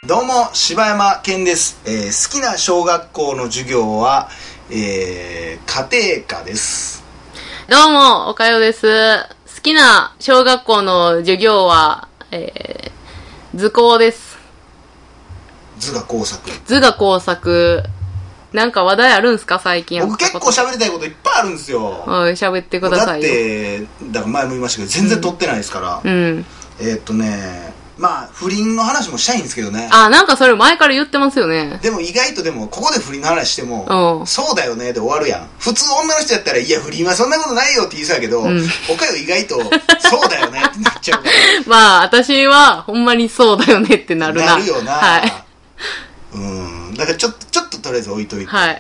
どうも柴山健です、好きな小学校の授業は、家庭科です。 どうもおかよです。好きな小学校の授業は、図工です。 図画工作。 図画工作。なんか話題あるんすか最近。 僕結構喋りたいこといっぱいあるんですよ。 喋ってくださいよ。 だってだから前も言いましたけど全然撮ってないですから、まあ不倫の話もしたいんですけどね。 なんかそれ前から言ってますよね。 でも意外とここで不倫の話しても、そうだよねで終わるやん。普通女の人やったらいや不倫はそんなことないよって言いそうやけど、おかよ意外とそうだよねってなっちゃうからまあ私はほんまにそうだよねってなるな。 なるよな。 はい。 だからちょっととりあえず置いといて、 はい、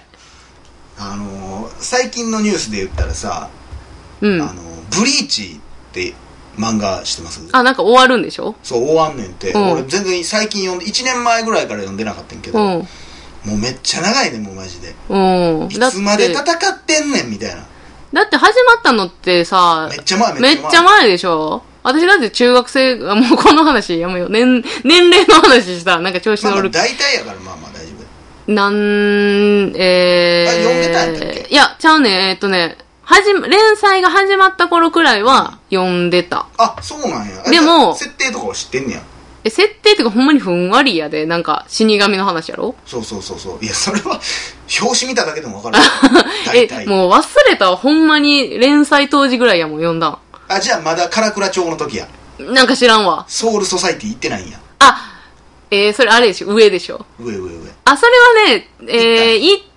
最近のニュースで言ったらさ、ブリーチって漫画してます？ なんか終わるんでしょ？ そう終わんねんて、俺全然最近読んで1年前ぐらいから読んでなかったんけど、もうめっちゃ長いねんもうマジで。いつまで戦ってんねんみたいな。 だって始まったのってさ、めっちゃ前でしょ？私だって中学生、もうこの話やめよう。年齢の話したらなんか調子乗る。 大体やからまあまあ大丈夫。 読んでたんだっけ？ いや、ちゃうね。連載が始まった頃くらいは読んでた。 そうなんや。 でも、 設定とかは知ってんねや。 設定っていうかほんまにふんわりやで、なんか死神の話やろ？ そう。いや、それは、表紙見ただけでもわかる。 もう忘れたわ。ほんまに連載当時ぐらいやもん、読んだん。 じゃあまだ唐倉町の時や。 なんか知らんわ。 ソウルソサイティ行ってないんや。 それあれでしょ？上でしょ？ 上。それはね、行って、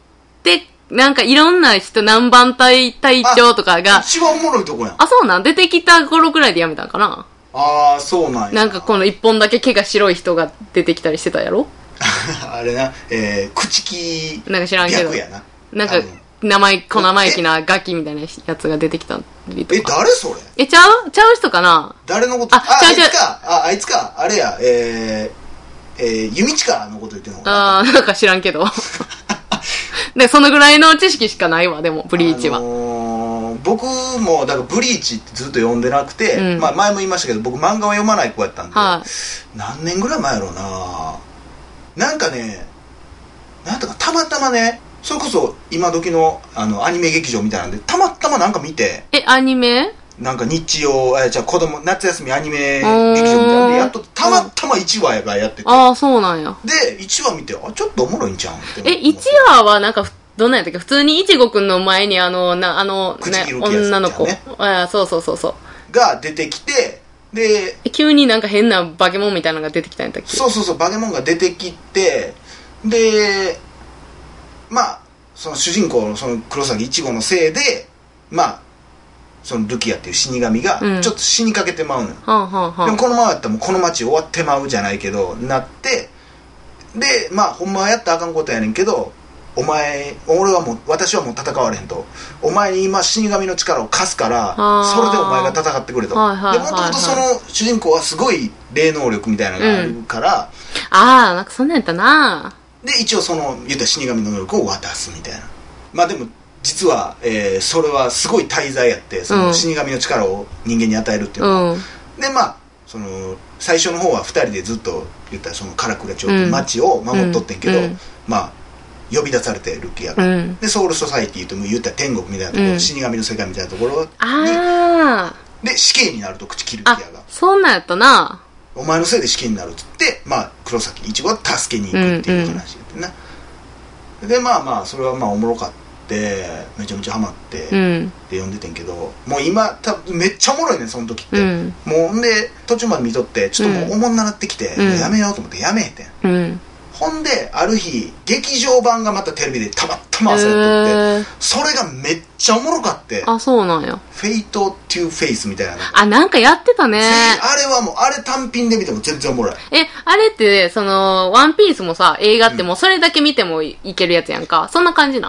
なんかいろんな人、何番隊隊長とかが。 一番おもろいとこやん。 そうなん？出てきた頃くらいでやめたんかな？ そうなんや。 なんかこの一本だけ毛が白い人が出てきたりしてたやろ？ あれな、朽木なんか知らんけど。 やな。 なんか、小生意気なガキみたいなやつが出てきたりとか。 誰それ？ ちゃう人かな？ 誰のこと？あいつか。あれや、弓近のこと言ってんの？ なんか知らんけど。で、そのぐらいの知識しかないわ、でも、ブリーチは。 僕も、だからブリーチってずっと読んでなくて、まあ前も言いましたけど、僕漫画は読まない子やったんで、何年ぐらい前やろうな。なんかね、たまたまね、それこそ今時のアニメ劇場みたいなんで、たまたまなんか見て。 アニメ？ なんか日曜、子供、夏休みアニメ劇場みたいなんでやっとたまたま1話がやってて。 そうなんや。 で、1話見て、ちょっとおもろいんちゃうんって。 1話はなんか、どんなんやったっけ？普通にいちごくんの前に女の子。そう。 が出てきて、で、 急になんか変なバケモンみたいなのが出てきたんやったっけ？ そう、バケモンが出てきて、で、まあ、その主人公のその黒崎いちごのせいで、まあ、そのルキアっていう死神がちょっと死にかけてまうのよ、でもこのままやったらもうこの街終わってまうじゃないけどなって、でまあほんまはやったらあかんことやねんけど、私はもう戦われへんと、お前に今死神の力を貸すからそれでお前が戦ってくれと。でもともとその主人公はすごい霊能力みたいなのがあるから、 なんかそんなんやったな。 で一応その言ったら死神の能力を渡すみたいな。まあでも実は、それはすごい大罪やって、その死神の力を人間に与えるっていうのは、でまあその最初の方は2人でずっと言ったらその唐倉町っていう町を守っとってんけど、まあ呼び出されてルキアが、でソウルソサイティとも言ったら天国みたいなところ、死神の世界みたいなところにで死刑になると口切るルキアが。 そんなんやったな。 お前のせいで死刑になるっつって、まあ黒崎一護は助けに行くっていう話やってな、でまあそれはまあおもろかった。めちゃめちゃハマって、で読んでてんけど、もう今めっちゃおもろいねんその時って、もうほんで途中まで見とってちょっともうおもんなってきて、やめようと思ってやめへんてん、ほんである日劇場版がまたテレビでたまたま朝やっとって、それがめっちゃおもろかって。 そうなんや。 フェイト・トゥ・フェイスみたいな。 なんかやってたね。 あれはもうあれ単品で見ても全然おもろい。 あれってそのワンピースもさ、映画ってもうそれだけ見てもいけるやつやんか。そんな感じなん？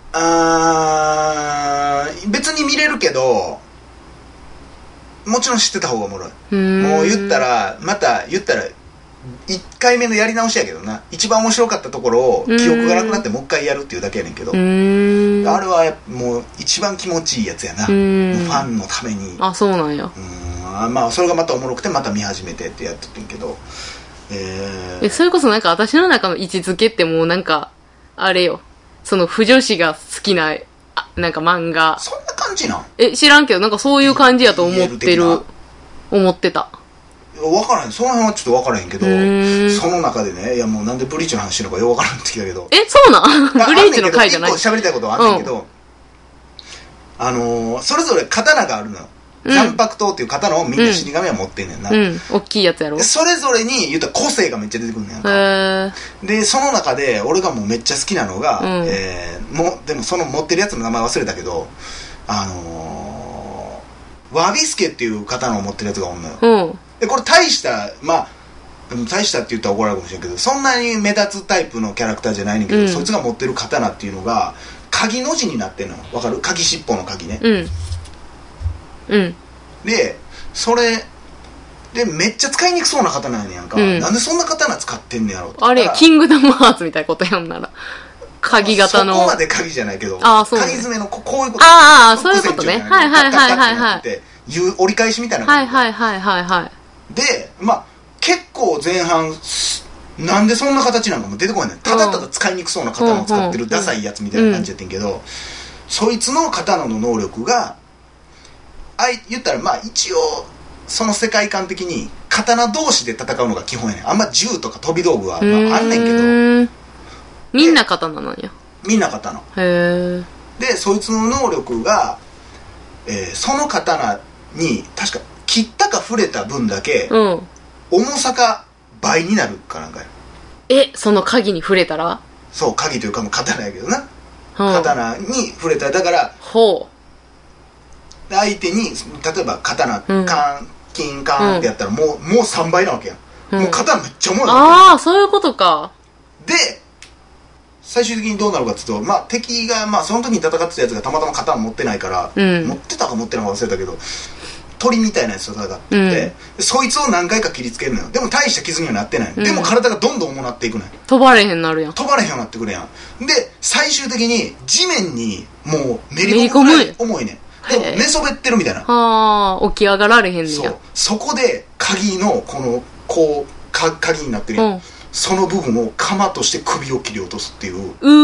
別に見れるけど、もちろん知ってた方がおもろい。もう言ったら1回目のやり直しやけどな、一番面白かったところを記憶がなくなってもう一回やるっていうだけやねんけど、あれはもう一番気持ちいいやつやな、もうファンのために。 そうなんや。 まあそれがまたおもろくてまた見始めてってやっててんけど、 それこそなんか私の中の位置づけってもうなんか、あれよ。その、不女子が好きな、なんか漫画。 そんな感じなん？ 知らんけど、なんかそういう感じやと思ってた。 分からへん。その辺はちょっと分からへんけど、その中でね、いやもうなんでブリーチの話してるのかよく分からんってきたけど。 そうなんブリーチの回じゃない？ 結構喋りたいことはあんねんけど、それぞれ刀があるのよ。残白刀っていう刀をみんな死神は持ってんねんな。 大きいやつやろ。 それぞれに言ったら個性がめっちゃ出てくるんねんか。で、その中で俺がもうめっちゃ好きなのが、でもその持ってるやつの名前忘れたけど、ワビスケっていう刀を持ってるやつがおんのよ。で、これ大した、大したって言ったら怒られるかもしれんけど、そんなに目立つタイプのキャラクターじゃないねんけど、そいつが持ってる刀っていうのが鍵の字になってんのよ。わかる？鍵尻尾の鍵ね。で、それでめっちゃ使いにくそうな刀やねんやんか、なんでそんな刀使ってんねやろって。 あれキングダムハーツみたいなことやんなら、鍵型の。 そこまで鍵じゃないけど、 そうね、 鍵爪のこういうこと。 そういうことね。はいはいはいはいはい。 いう折り返しみたいな。 はいはいはいはいはい。 で、結構前半なんでそんな形なんかも出てこないねん。ただただ使いにくそうな刀を使ってるダサいやつみたいな感じやってんけど、そいつの刀の能力が言ったら一応その世界観的に刀同士で戦うのが基本やねん。あんま銃とか飛び道具はあんねんけど、 みんな刀なんや。 みんな刀。でそいつの能力が、その刀に確か切ったか触れた分だけ、重さが倍になるかなんかや。 その鍵に触れたら？ そう、鍵というかもう刀やけどな、刀に触れたら、だから相手に例えば刀カンキンカンってやったらもう3倍なわけやん。もう刀めっちゃ重いわけ。 そういうことか。 で最終的にどうなるかっていうと、敵がその時に戦ってたやつがたまたま刀持ってないから、持ってたか持ってないか忘れたけど鳥みたいなやつと戦ってて、そいつを何回か切りつけるのよ。でも大した傷にはなってない、でも体がどんどん重なっていくのよ。 飛ばれへんなるやん。 飛ばれへんようになってくるやん。で最終的に地面にもうめり込むぐらい重いねん。でも寝そべってるみたいな。 起き上がられへんねんや。 そこで鍵のこの鍵になってるやん、その部分を鎌として首を切り落とすっていう。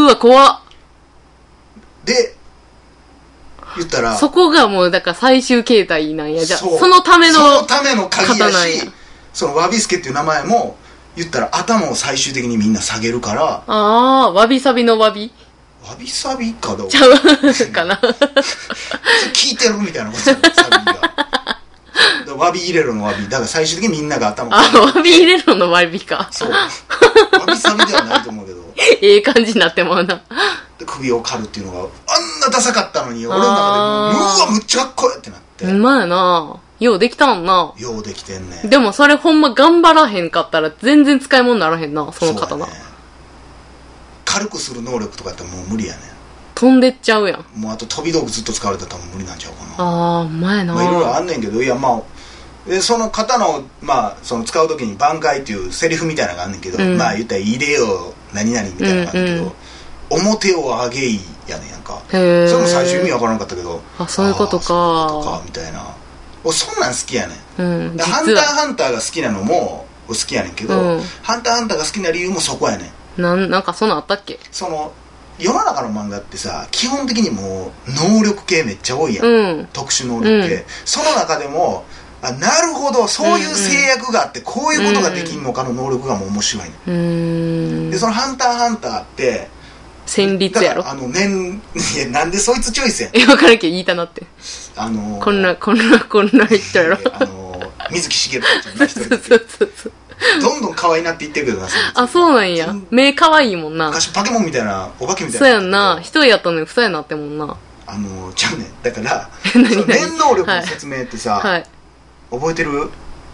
わ怖っ。 で言ったらそこがもうだから最終形態なんや。じゃあそのための鍵やし、そのワビスケっていう名前も言ったら頭を最終的にみんな下げるから。 わびさびのわびさびかどうちゃうかな聞いてるみたいなことやろ、サビがわび入れろのわびだから最終的にみんなが頭をわび入れろのわびか。 そうわびさびではないと思うけど感じになってもうな。 で首を刈るっていうのがあんなダサかったのに、俺の中でもうわむっちゃかっこいいってなって。 やなようできたんな。 ようできてんね。 でもそれほんま頑張らへんかったら全然使い物にならへんな、その刀。 軽くする能力とかやったらもう無理やねん。 飛んでっちゃうやん。 もうあと飛び道具ずっと使われたら多分無理なんちゃうかな。 前な。 いろいろあんねんけど、いやその刀をその使う時に挽回っていうセリフみたいなのがあんねんけど、言ったら入れよ何々みたいなのがあんねんけど、表を上げいやねんやんか。それも最初意味わからなかったけど、 そういうことかみたいな。そんなん好きやねん。ハンターハンターが好きなのも好きやねんけど、ハンターハンターが好きな理由もそこやねん。 なんかそんなんあったっけ？ その世の中の漫画ってさ、基本的にもう能力系めっちゃ多いやん、特殊能力系、その中でもなるほどそういう制約があってこういうことができんのかの能力がもう面白いね。でそのハンターハンターって戦慄やろ。 なんでそいつチョイスやん。 分からんけど言いたなって。こんな人やろ。 水木しげるちゃんが一人でどんどん可愛いなって言ってるけどな。 そうなんや。目可愛いもんな。 昔パケモンみたいなお化けみたいな。 そうやんな。一人やったのに二人になってもんな。 ちゃうねん。だからその念能力の説明ってさ、覚えてる？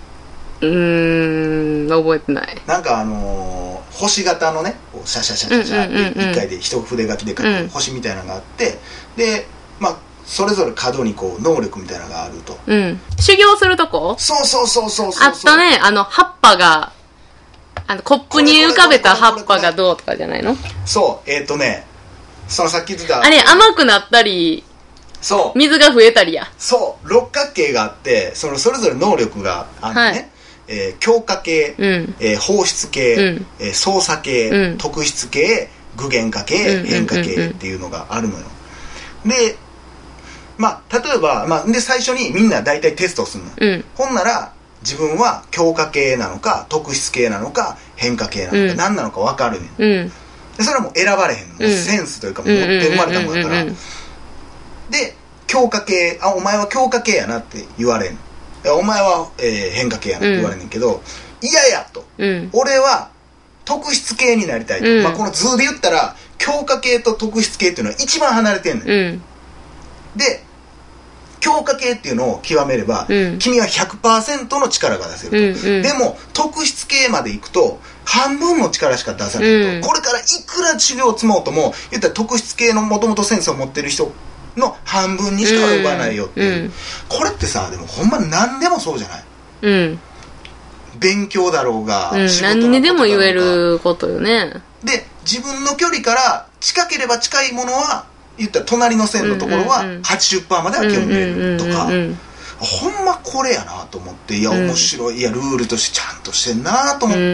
覚えてない。 なんか星型のね、シャシャシャシャって一回で一筆書きで書く星みたいなのがあって、でそれぞれ角にこう能力みたいなのがあると。 修行するとこ？ そうあったね。葉っぱがコップに浮かべた葉っぱがどうとかじゃないの？ そうそのさっき言ってたあれ甘くなったり、水が増えたりや。 そう六角形があって、それぞれ能力があるのね。 強化系、放出系、操作系、特筆系、具現化系、変化系っていうのがあるのよ。で、まあ、例えば、まあ、で最初にみんな大体テストをするの、ほんなら自分は強化系なのか特筆系なのか変化系なのか、何なのか分かるねん、でそれはもう選ばれへんの、もうセンスというかもう持って生まれたもんだから、で強化系、お前は強化系やなって言われん、お前は、変化系やなって言われんねんけど、嫌やと、俺は特筆系になりたいと、まあ、この図で言ったら強化系と特筆系っていうのは一番離れてんねん、で強化系っていうのを極めれば、君は 100% の力が出せると、でも特筆系までいくと半分の力しか出さないと、これからいくら修行を積もうとも言ったら特筆系のもともとセンスを持ってる人の半分にしか及ばないよっていう、これってさ、でもほんま何でもそうじゃない、勉強だろうが、仕事のことだろうが、 何にでも言えることよね。 で自分の距離から近ければ近いものは言ったら隣の線のところは 80% までは興味見れるとか、ほんまこれやなと思って、いや面白い、いやルールとしてちゃんとしてんなと思って、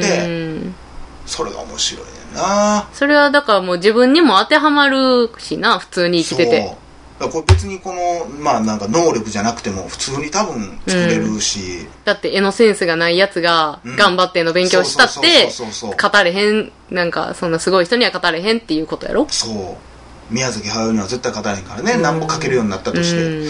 それが面白いねんな。 それはだからもう自分にも当てはまるしな、普通に生きてて。 そうこれ別にこのまあなんか能力じゃなくても普通に多分作れるし、 だって絵のセンスがないやつが頑張って絵の勉強したって語れへん、なんかそんなすごい人には語れへんっていうことやろ。 そう宮崎駿には絶対語れへんからね、何も書けるようになったとして、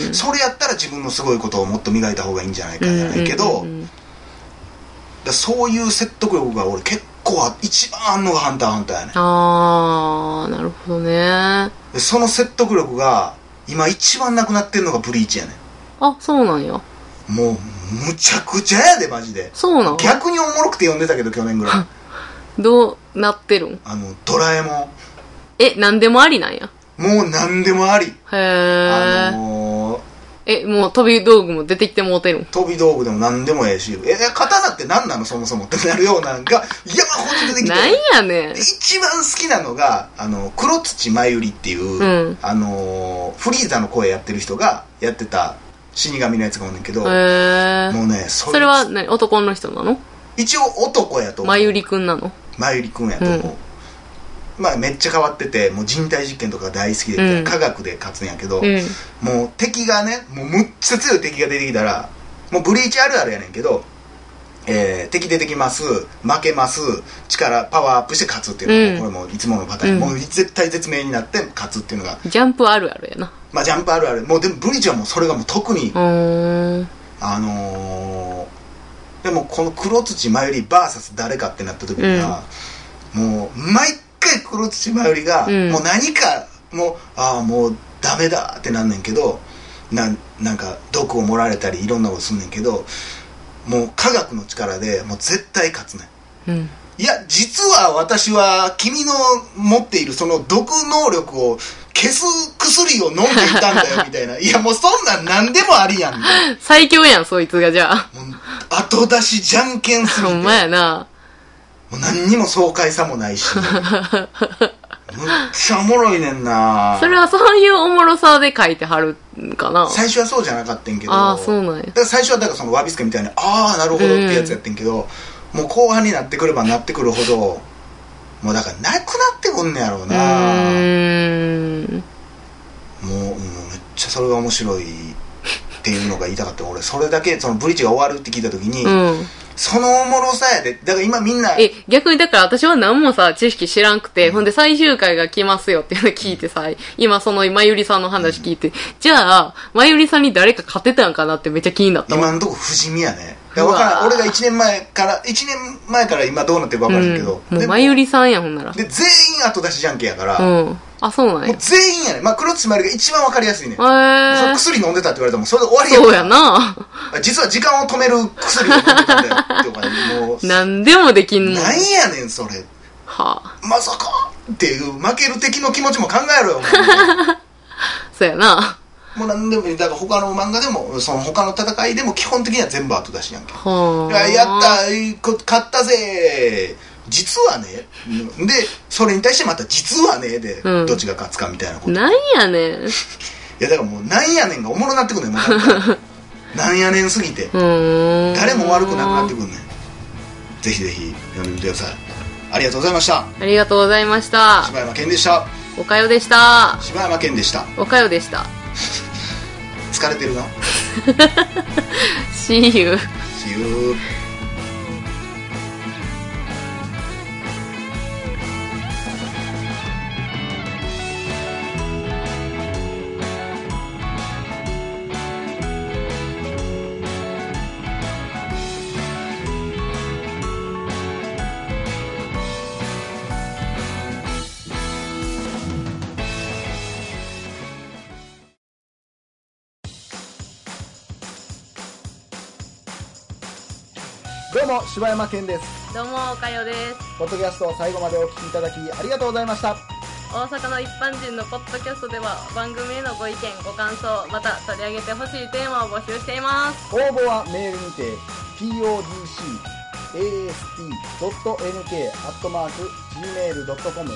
それやったら自分のすごいことをもっと磨いた方がいいんじゃないかじゃないけど、だそういう説得力が俺結構一番あんのがハンターハンターやね。 あー、なるほどね。 その説得力が今一番なくなってんのがブリーチやねん。 あ、そうなんや。 もうむちゃくちゃやでマジで。 そうなん？ 逆におもろくて読んでたけど去年ぐらいどうなってるん？ ドラえもん。 何でもありなんや。 もう何でもあり。 へー。もう飛び道具も出てきてもうてるん？ 飛び道具でも何でもええし、刀って何なのそもそもってなるようなんが山ほど出てきて、 なんやねん。 一番好きなのが黒土まゆりっていう、フリーザの声やってる人がやってた死神のやつがおんねんけど、もうねそれは何、男の人なの？ 一応男やと思う。 まゆりくんなの？ まゆりくんやと思う、まあ、めっちゃ変わってて、もう人体実験とか大好きで、科学で勝つんやけど、もう敵がね、もうむっちゃ強い敵が出てきたら、もうブリーチあるあるやねんけど、敵出てきます、負けます、力パワーアップして勝つっていうのが、これもいつものパターン、もう絶対絶命になって勝つっていうのがジャンプあるあるやな。 まあジャンプあるある。もうでもブリーチはもうそれがもう特にでもこの黒土まゆり VS 誰かってなった時には、もう毎回黒土まゆりが、もう何かもうもうダメだってなんねんけど、なんか毒を盛られたりいろんなことすんねんけど、もう科学の力でもう絶対勝つねん、いや実は私は君の持っているその毒能力を消す薬を飲んでいたんだよみたいな。いやもうそんなん何でもありやんみたいな。 最強やんそいつが。じゃあもう後出しじゃんけんすぎてほんまやな。 もう何にも爽快さもないしむっちゃおもろいねんな。 それはそういうおもろさで書いてはるんかな。 最初はそうじゃなかったんけど、 そうなんや。 だから最初はだからそのワビスケみたいになるほどってやつやってんけど、もう後半になってくればなってくるほどもうだからなくなってくんねやろうな。もうめっちゃそれが面白いっていうのが言いたかった。俺それだけそのブリッジが終わるって聞いた時に、そのおもろさやで。だから今みんな逆にだから私は何もさ知識知らんくて、ほんで最終回が来ますよっていうの聞いてさ、今そのまゆりさんの話聞いて、じゃあまゆりさんに誰か勝てたんかなってめっちゃ気になった。 今んとこ不死身やね。分からん。俺が1年前から今どうなってるか分からんけど、 もうまゆりさんやほんなら。 で全員後出しじゃんけんやから、 そうなんや。 もう全員やね。まあ黒土まゆりが一番分かりやすいね。その薬飲んでたって言われたらもうそれで終わりやから。 そうやな。 実は時間を止める薬を飲んでたんだよってかもう何でもできんの。 なんやねんそれ。まさかっていう負ける敵の気持ちも考えろよ。 そうやな。 もう何でもいい。だから他の漫画でもその他の戦いでも基本的には全部後出しやんけ。やった勝ったぜ実はねでそれに対してまた実はねで、どっちが勝つかみたいなこと。 なんやねん。いやだからもうなんやねんがおもろなってくんねん。もうなんやねんすぎて誰も悪くなくなってくんねん。 ぜひぜひ読んでみてください。ありがとうございました。 ありがとうございました。 柴山健でした。 おかよでした。 柴山健でした。 おかよでした。 疲れてるの See you。 See you。どうも柴山健です。 どうもおかよです。 ポッドキャストを最後までお聞きいただきありがとうございました。 大阪の一般人のポッドキャストでは番組へのご意見ご感想また取り上げてほしいテーマを募集しています。 応募はメールにて podcast.nk@gmail.com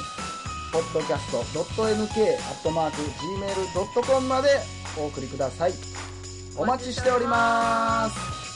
podcast.nk@gmail.com までお送りください。お待ちしております。